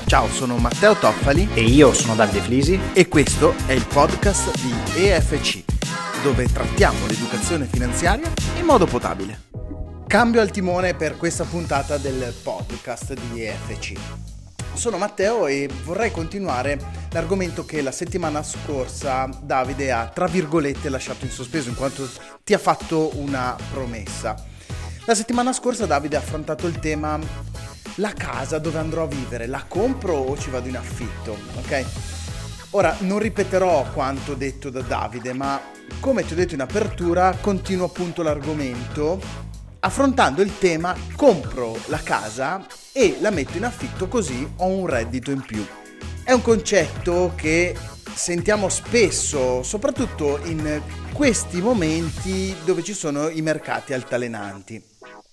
Ciao, sono Matteo Toffali E io sono Davide Flisi e questo è il podcast di EFC, dove trattiamo l'educazione finanziaria in modo potabile. Cambio al timone per questa puntata del podcast di EFC. Sono Matteo e vorrei continuare l'argomento che la settimana scorsa Davide ha, tra virgolette, lasciato in sospeso, in quanto ti ha fatto una promessa. La settimana scorsa Davide ha affrontato il tema: la casa dove andrò a vivere, la compro o ci vado in affitto, ok? Ora, non ripeterò quanto detto da Davide, ma come ti ho detto in apertura, continuo appunto l'argomento affrontando il tema: compro la casa e la metto in affitto così ho un reddito in più. È un concetto che sentiamo spesso, soprattutto in questi momenti dove ci sono i mercati altalenanti.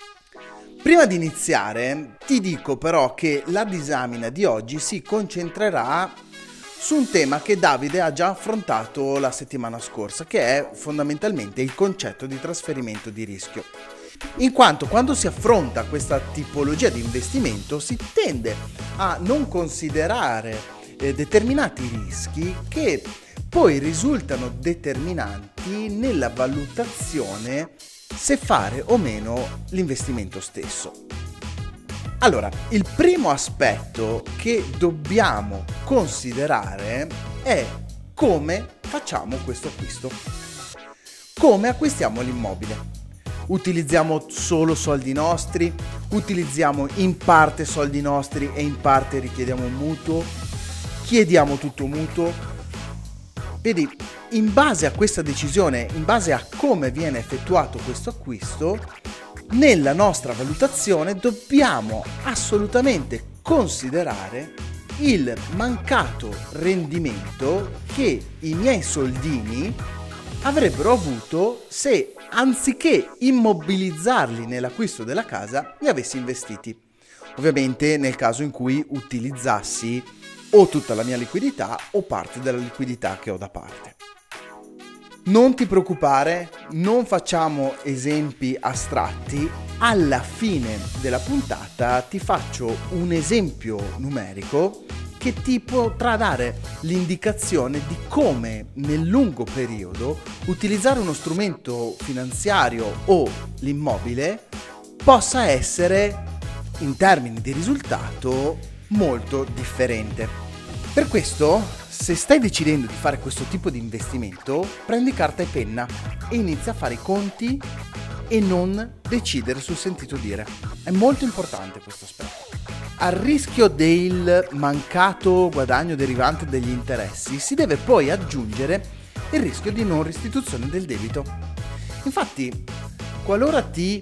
Prima di iniziare ti dico però che la disamina di oggi si concentrerà su un tema che Davide ha già affrontato la settimana scorsa, che è fondamentalmente il concetto di trasferimento di rischio. In quanto quando si affronta questa tipologia di investimento si tende a non considerare determinati rischi che poi risultano determinanti nella valutazione se fare o meno l'investimento stesso. Allora, il primo aspetto che dobbiamo considerare è come facciamo questo acquisto. Come acquistiamo l'immobile? Utilizziamo solo soldi nostri? Utilizziamo in parte soldi nostri e in parte richiediamo un mutuo? Chiediamo tutto mutuo? Vedi, in base a questa decisione, in base a come viene effettuato questo acquisto, nella nostra valutazione dobbiamo assolutamente considerare il mancato rendimento che i miei soldini avrebbero avuto se, anziché immobilizzarli nell'acquisto della casa, li avessi investiti. Ovviamente nel caso in cui utilizzassi o tutta la mia liquidità o parte della liquidità che ho da parte. Non ti preoccupare, non facciamo esempi astratti. Alla fine della puntata ti faccio un esempio numerico che ti potrà dare l'indicazione di come nel lungo periodo utilizzare uno strumento finanziario o l'immobile possa essere, in termini di risultato, molto differente. Per questo, se stai decidendo di fare questo tipo di investimento, prendi carta e penna e inizia a fare i conti e non decidere sul sentito dire. È molto importante questo aspetto. Al rischio del mancato guadagno derivante dagli interessi si deve poi aggiungere il rischio di non restituzione del debito. Infatti, qualora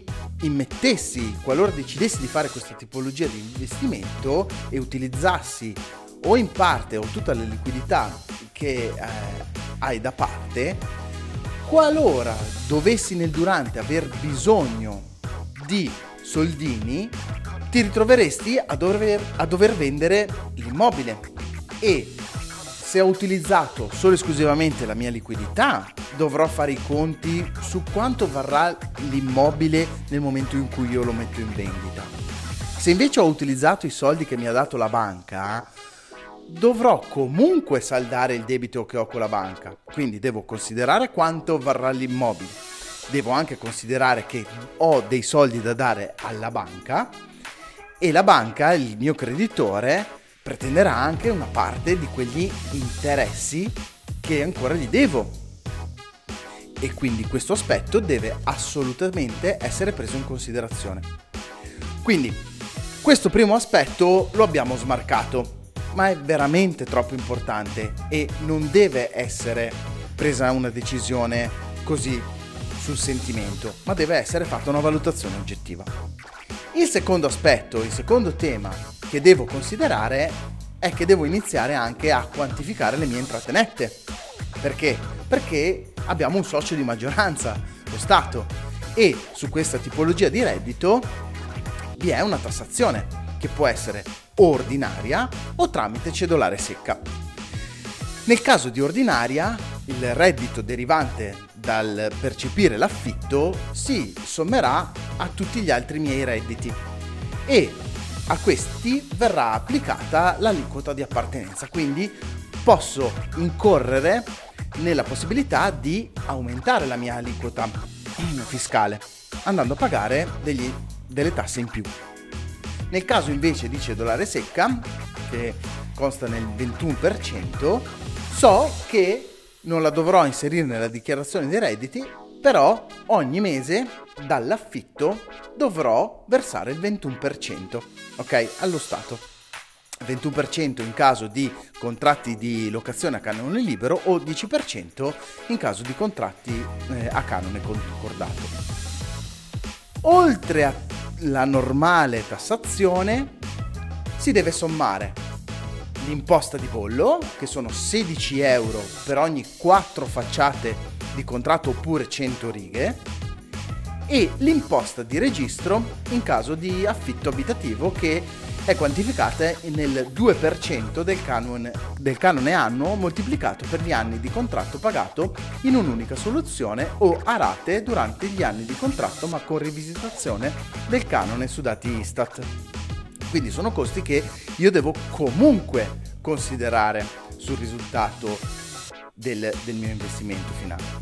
decidessi di fare questa tipologia di investimento e utilizzassi o in parte o tutta la liquidità che hai da parte, qualora dovessi nel durante aver bisogno di soldini, ti ritroveresti a dover vendere l'immobile e se ho utilizzato solo e esclusivamente la mia liquidità dovrò fare i conti su quanto varrà l'immobile nel momento in cui io lo metto in vendita. Se invece ho utilizzato i soldi che mi ha dato la banca, dovrò comunque saldare il debito che ho con la banca, quindi devo considerare quanto varrà l'immobile, devo anche considerare che ho dei soldi da dare alla banca e la banca, il mio creditore, pretenderà anche una parte di quegli interessi che ancora gli devo e quindi questo aspetto deve assolutamente essere preso in considerazione. Quindi questo primo aspetto lo abbiamo smarcato, ma è veramente troppo importante e non deve essere presa una decisione così sul sentimento, ma deve essere fatta una valutazione oggettiva. Il secondo aspetto, il secondo tema che devo considerare è che devo iniziare anche a quantificare le mie entrate nette. Perché? Perché abbiamo un socio di maggioranza, lo Stato, e su questa tipologia di reddito vi è una tassazione che può essere ordinaria o tramite cedolare secca. Nel caso di ordinaria, il reddito derivante dal percepire l'affitto si sommerà a tutti gli altri miei redditi e a questi verrà applicata l'aliquota di appartenenza, quindi posso incorrere nella possibilità di aumentare la mia aliquota fiscale andando a pagare delle tasse in più. Nel caso invece di cedolare secca, che consta nel 21%, so che non la dovrò inserire nella dichiarazione dei redditi, però ogni mese dall'affitto dovrò versare il 21%, ok? Allo Stato. 21% in caso di contratti di locazione a canone libero o 10% in caso di contratti a canone concordato. Oltre alla normale tassazione si deve sommare l'imposta di bollo, che sono 16 euro per ogni 4 facciate di contratto oppure 100 righe, e l'imposta di registro in caso di affitto abitativo, che è quantificata nel 2% del canone annuo moltiplicato per gli anni di contratto pagato in un'unica soluzione o a rate durante gli anni di contratto, ma con rivisitazione del canone su dati Istat. Quindi sono costi che io devo comunque considerare sul risultato del mio investimento finale.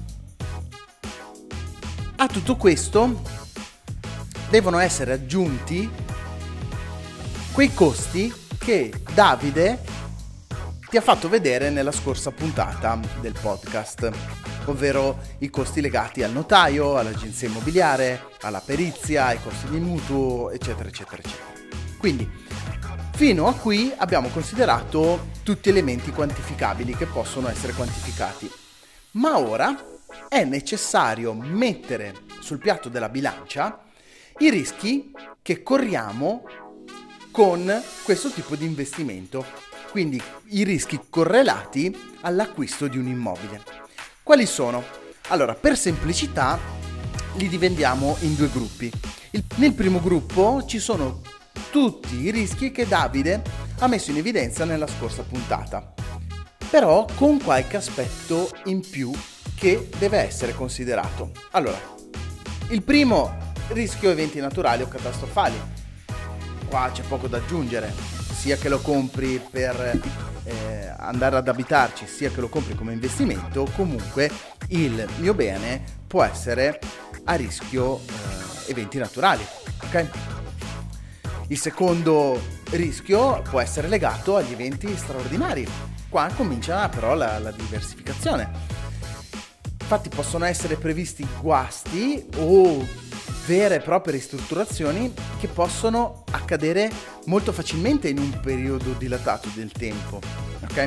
A tutto questo devono essere aggiunti quei costi che Davide ti ha fatto vedere nella scorsa puntata del podcast, ovvero i costi legati al notaio, all'agenzia immobiliare, alla perizia, ai costi di mutuo, eccetera, eccetera, eccetera. Quindi, fino a qui abbiamo considerato tutti elementi quantificabili che possono essere quantificati, ma ora è necessario mettere sul piatto della bilancia i rischi che corriamo con questo tipo di investimento, quindi i rischi correlati all'acquisto di un immobile. Quali sono? Allora, per semplicità li dividiamo in due gruppi. Nel primo gruppo ci sono tutti i rischi che Davide ha messo in evidenza nella scorsa puntata, però con qualche aspetto in più che deve essere considerato. Allora, il primo, rischio eventi naturali o catastrofali. Qua c'è poco da aggiungere, sia che lo compri per andare ad abitarci, sia che lo compri come investimento, comunque il mio bene può essere a rischio eventi naturali, ok? Il secondo rischio può essere legato agli eventi straordinari. Qua comincia però la diversificazione. Infatti possono essere previsti guasti o vere e proprie ristrutturazioni che possono accadere molto facilmente in un periodo dilatato del tempo, ok?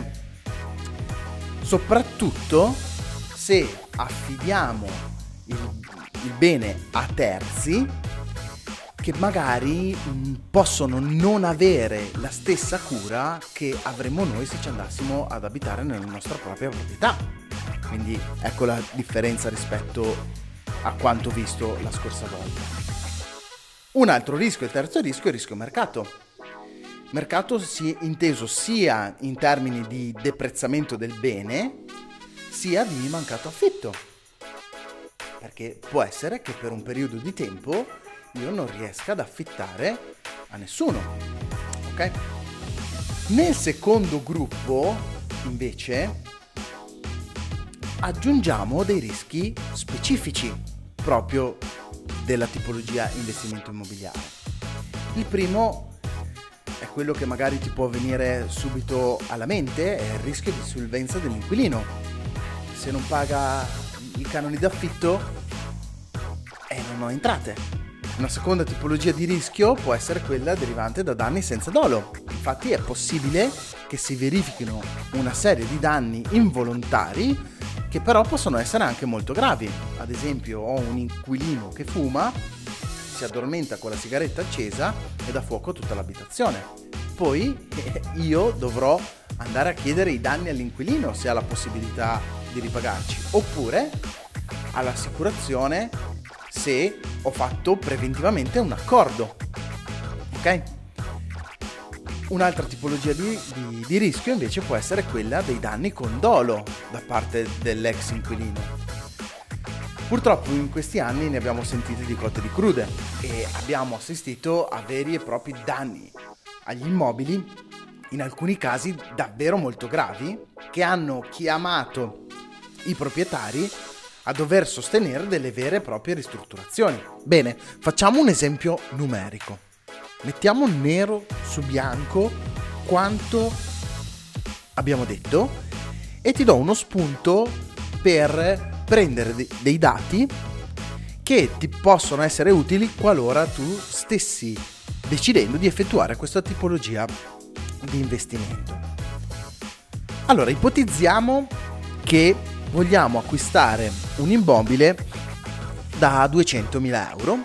Soprattutto se affidiamo il bene a terzi che magari possono non avere la stessa cura che avremmo noi se ci andassimo ad abitare nella nostra propria proprietà. Quindi ecco la differenza rispetto a quanto visto la scorsa volta. Un altro rischio, il terzo rischio, è il rischio mercato. Mercato si è inteso sia in termini di deprezzamento del bene, sia di mancato affitto. Perché può essere che per un periodo di tempo io non riesca ad affittare a nessuno. Ok? Nel secondo gruppo, invece, aggiungiamo dei rischi specifici proprio della tipologia investimento immobiliare. Il primo è quello che magari ti può venire subito alla mente, è il rischio di insolvenza dell'inquilino. Se non paga i canoni d'affitto, non ho entrate. Una seconda tipologia di rischio può essere quella derivante da danni senza dolo. Infatti è possibile che si verifichino una serie di danni involontari che però possono essere anche molto gravi. Ad esempio, ho un inquilino che fuma, si addormenta con la sigaretta accesa e dà fuoco a tutta l'abitazione. Poi io dovrò andare a chiedere i danni all'inquilino se ha la possibilità di ripagarci, oppure all'assicurazione se ho fatto preventivamente un accordo. Ok? Un'altra tipologia di rischio invece può essere quella dei danni con dolo da parte dell'ex inquilino. Purtroppo in questi anni ne abbiamo sentite di cotte e di crude e abbiamo assistito a veri e propri danni agli immobili, in alcuni casi davvero molto gravi, che hanno chiamato i proprietari a dover sostenere delle vere e proprie ristrutturazioni. Bene, facciamo un esempio numerico. Mettiamo nero su bianco quanto abbiamo detto e ti do uno spunto per prendere dei dati che ti possono essere utili qualora tu stessi decidendo di effettuare questa tipologia di investimento. Allora, ipotizziamo che vogliamo acquistare un immobile da 200.000 euro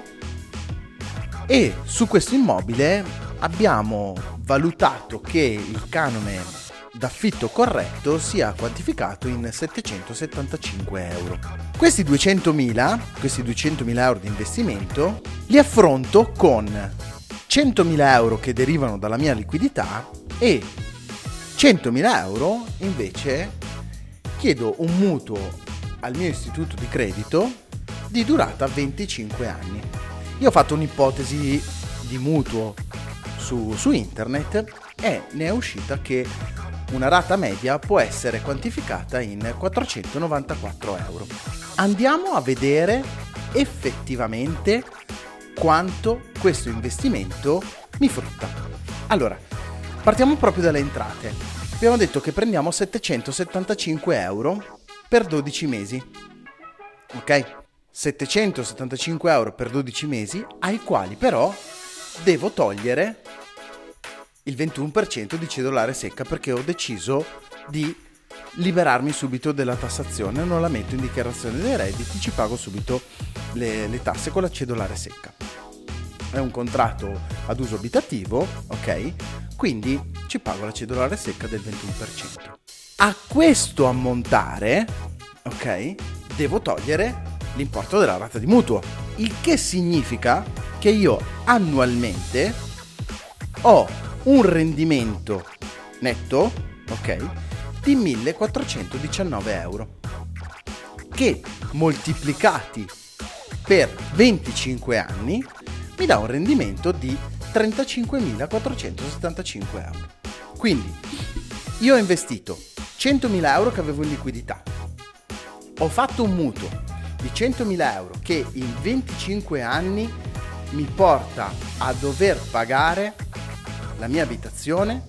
e su questo immobile abbiamo valutato che il canone d'affitto corretto sia quantificato in 775 euro. Questi 200.000 euro di investimento li affronto con 100.000 euro che derivano dalla mia liquidità e 100.000 euro invece chiedo un mutuo al mio istituto di credito di durata 25 anni. Io ho fatto un'ipotesi di mutuo su internet e ne è uscita che una rata media può essere quantificata in 494 euro. Andiamo a vedere effettivamente quanto questo investimento mi frutta. Allora, partiamo proprio dalle entrate. Abbiamo detto che prendiamo 775 euro per 12 mesi. Ok? 775 euro per 12 mesi, ai quali però devo togliere il 21% di cedolare secca perché ho deciso di liberarmi subito della tassazione, non la metto in dichiarazione dei redditi, ci pago subito le tasse con la cedolare secca. È un contratto ad uso abitativo, ok? Quindi ci pago la cedolare secca del 21%. A questo ammontare, ok, devo togliere l'importo della rata di mutuo, il che significa che io annualmente ho un rendimento netto, ok, di 1.419 euro, che moltiplicati per 25 anni mi dà un rendimento di 35.475 euro. Quindi io ho investito 100.000 euro che avevo in liquidità, ho fatto un mutuo di 100.000 euro che in 25 anni mi porta a dover pagare la mia abitazione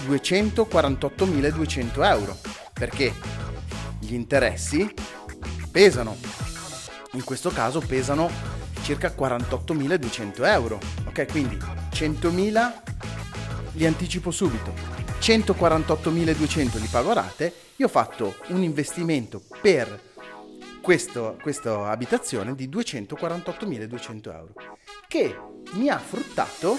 248.200 euro, perché gli interessi pesano, in questo caso pesano circa 48.200 euro, ok? Quindi 100.000 li anticipo subito, 148.200 li pago a rate. Io ho fatto un investimento per questa abitazione di 248.200 euro che mi ha fruttato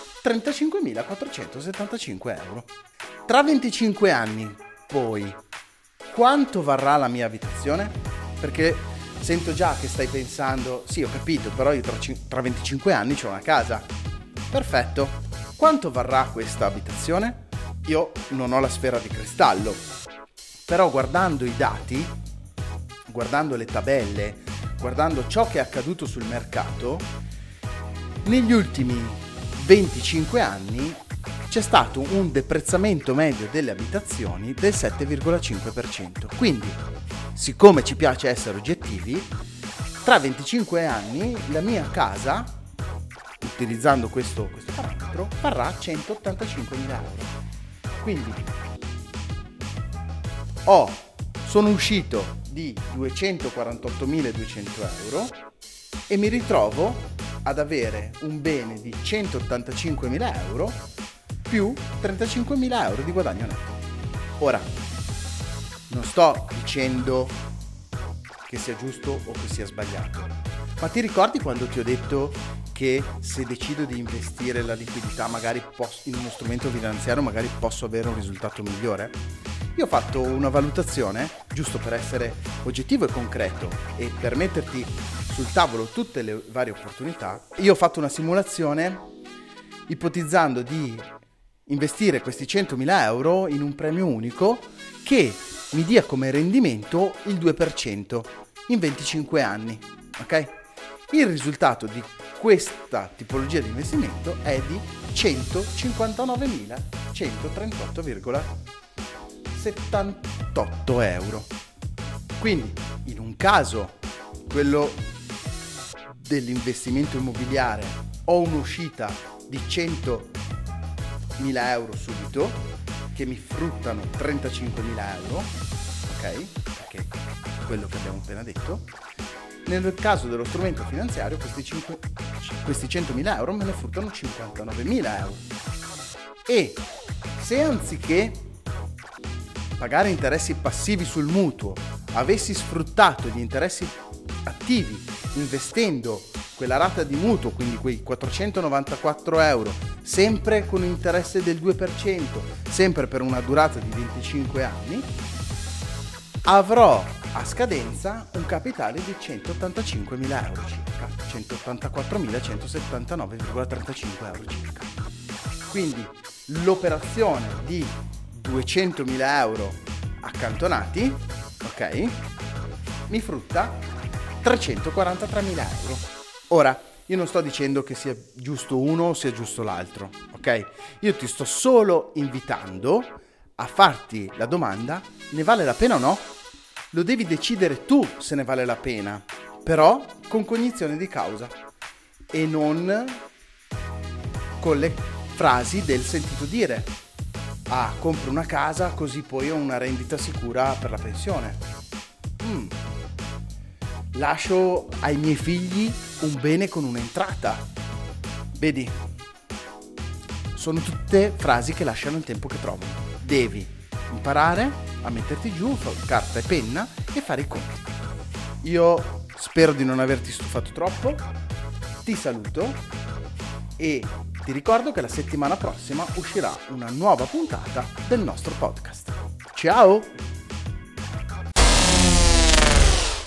35.475 euro. Tra 25 anni poi quanto varrà la mia abitazione? Perché sento già che stai pensando, sì, ho capito, però io tra 25 anni c'ho una casa. Perfetto. Quanto varrà questa abitazione? Io non ho la sfera di cristallo, però guardando i dati, guardando le tabelle, guardando ciò che è accaduto sul mercato, negli ultimi 25 anni c'è stato un deprezzamento medio delle abitazioni del 7,5%. Quindi, siccome ci piace essere oggettivi, tra 25 anni la mia casa, utilizzando questo parametro, varrà 185.000 euro. Quindi sono uscito di 248.200 euro e mi ritrovo ad avere un bene di 185.000 euro più 35.000 euro di guadagno netto. Ora, non sto dicendo che sia giusto o che sia sbagliato, ma ti ricordi quando ti ho detto che se decido di investire la liquidità magari in uno strumento finanziario magari posso avere un risultato migliore? Io ho fatto una valutazione, giusto per essere oggettivo e concreto e per metterti sul tavolo tutte le varie opportunità. Io ho fatto una simulazione ipotizzando di investire questi 100.000 euro in un premio unico che mi dia come rendimento il 2%, in 25 anni, ok? Il risultato di questa tipologia di investimento è di 159.138,78 euro. Quindi, in un caso, quello dell'investimento immobiliare, ho un'uscita di 100.000 euro subito, che mi fruttano 35.000 euro, ok? Perché è quello che abbiamo appena detto. Nel caso dello strumento finanziario, questi 100.000 euro me ne fruttano 59.000 euro. E se anziché pagare interessi passivi sul mutuo, avessi sfruttato gli interessi attivi investendo quella rata di mutuo, quindi quei 494 euro, sempre con un interesse del 2%, sempre per una durata di 25 anni, avrò a scadenza un capitale di 185.000 euro circa, 184.179,35 euro circa. Quindi l'operazione di 200.000 euro accantonati, ok, mi frutta 343.000 euro. Ora, io non sto dicendo che sia giusto uno o sia giusto l'altro, ok? Io ti sto solo invitando a farti la domanda: ne vale la pena o no? Lo devi decidere tu se ne vale la pena, però con cognizione di causa e non con le frasi del sentito dire: ah, compro una casa così poi ho una rendita sicura per la pensione. Lascio ai miei figli un bene con un'entrata. Vedi? Sono tutte frasi che lasciano il tempo che trovano. Devi imparare a metterti giù, carta e penna e fare i conti. Io spero di non averti stufato troppo, ti saluto e ti ricordo che la settimana prossima uscirà una nuova puntata del nostro podcast. Ciao!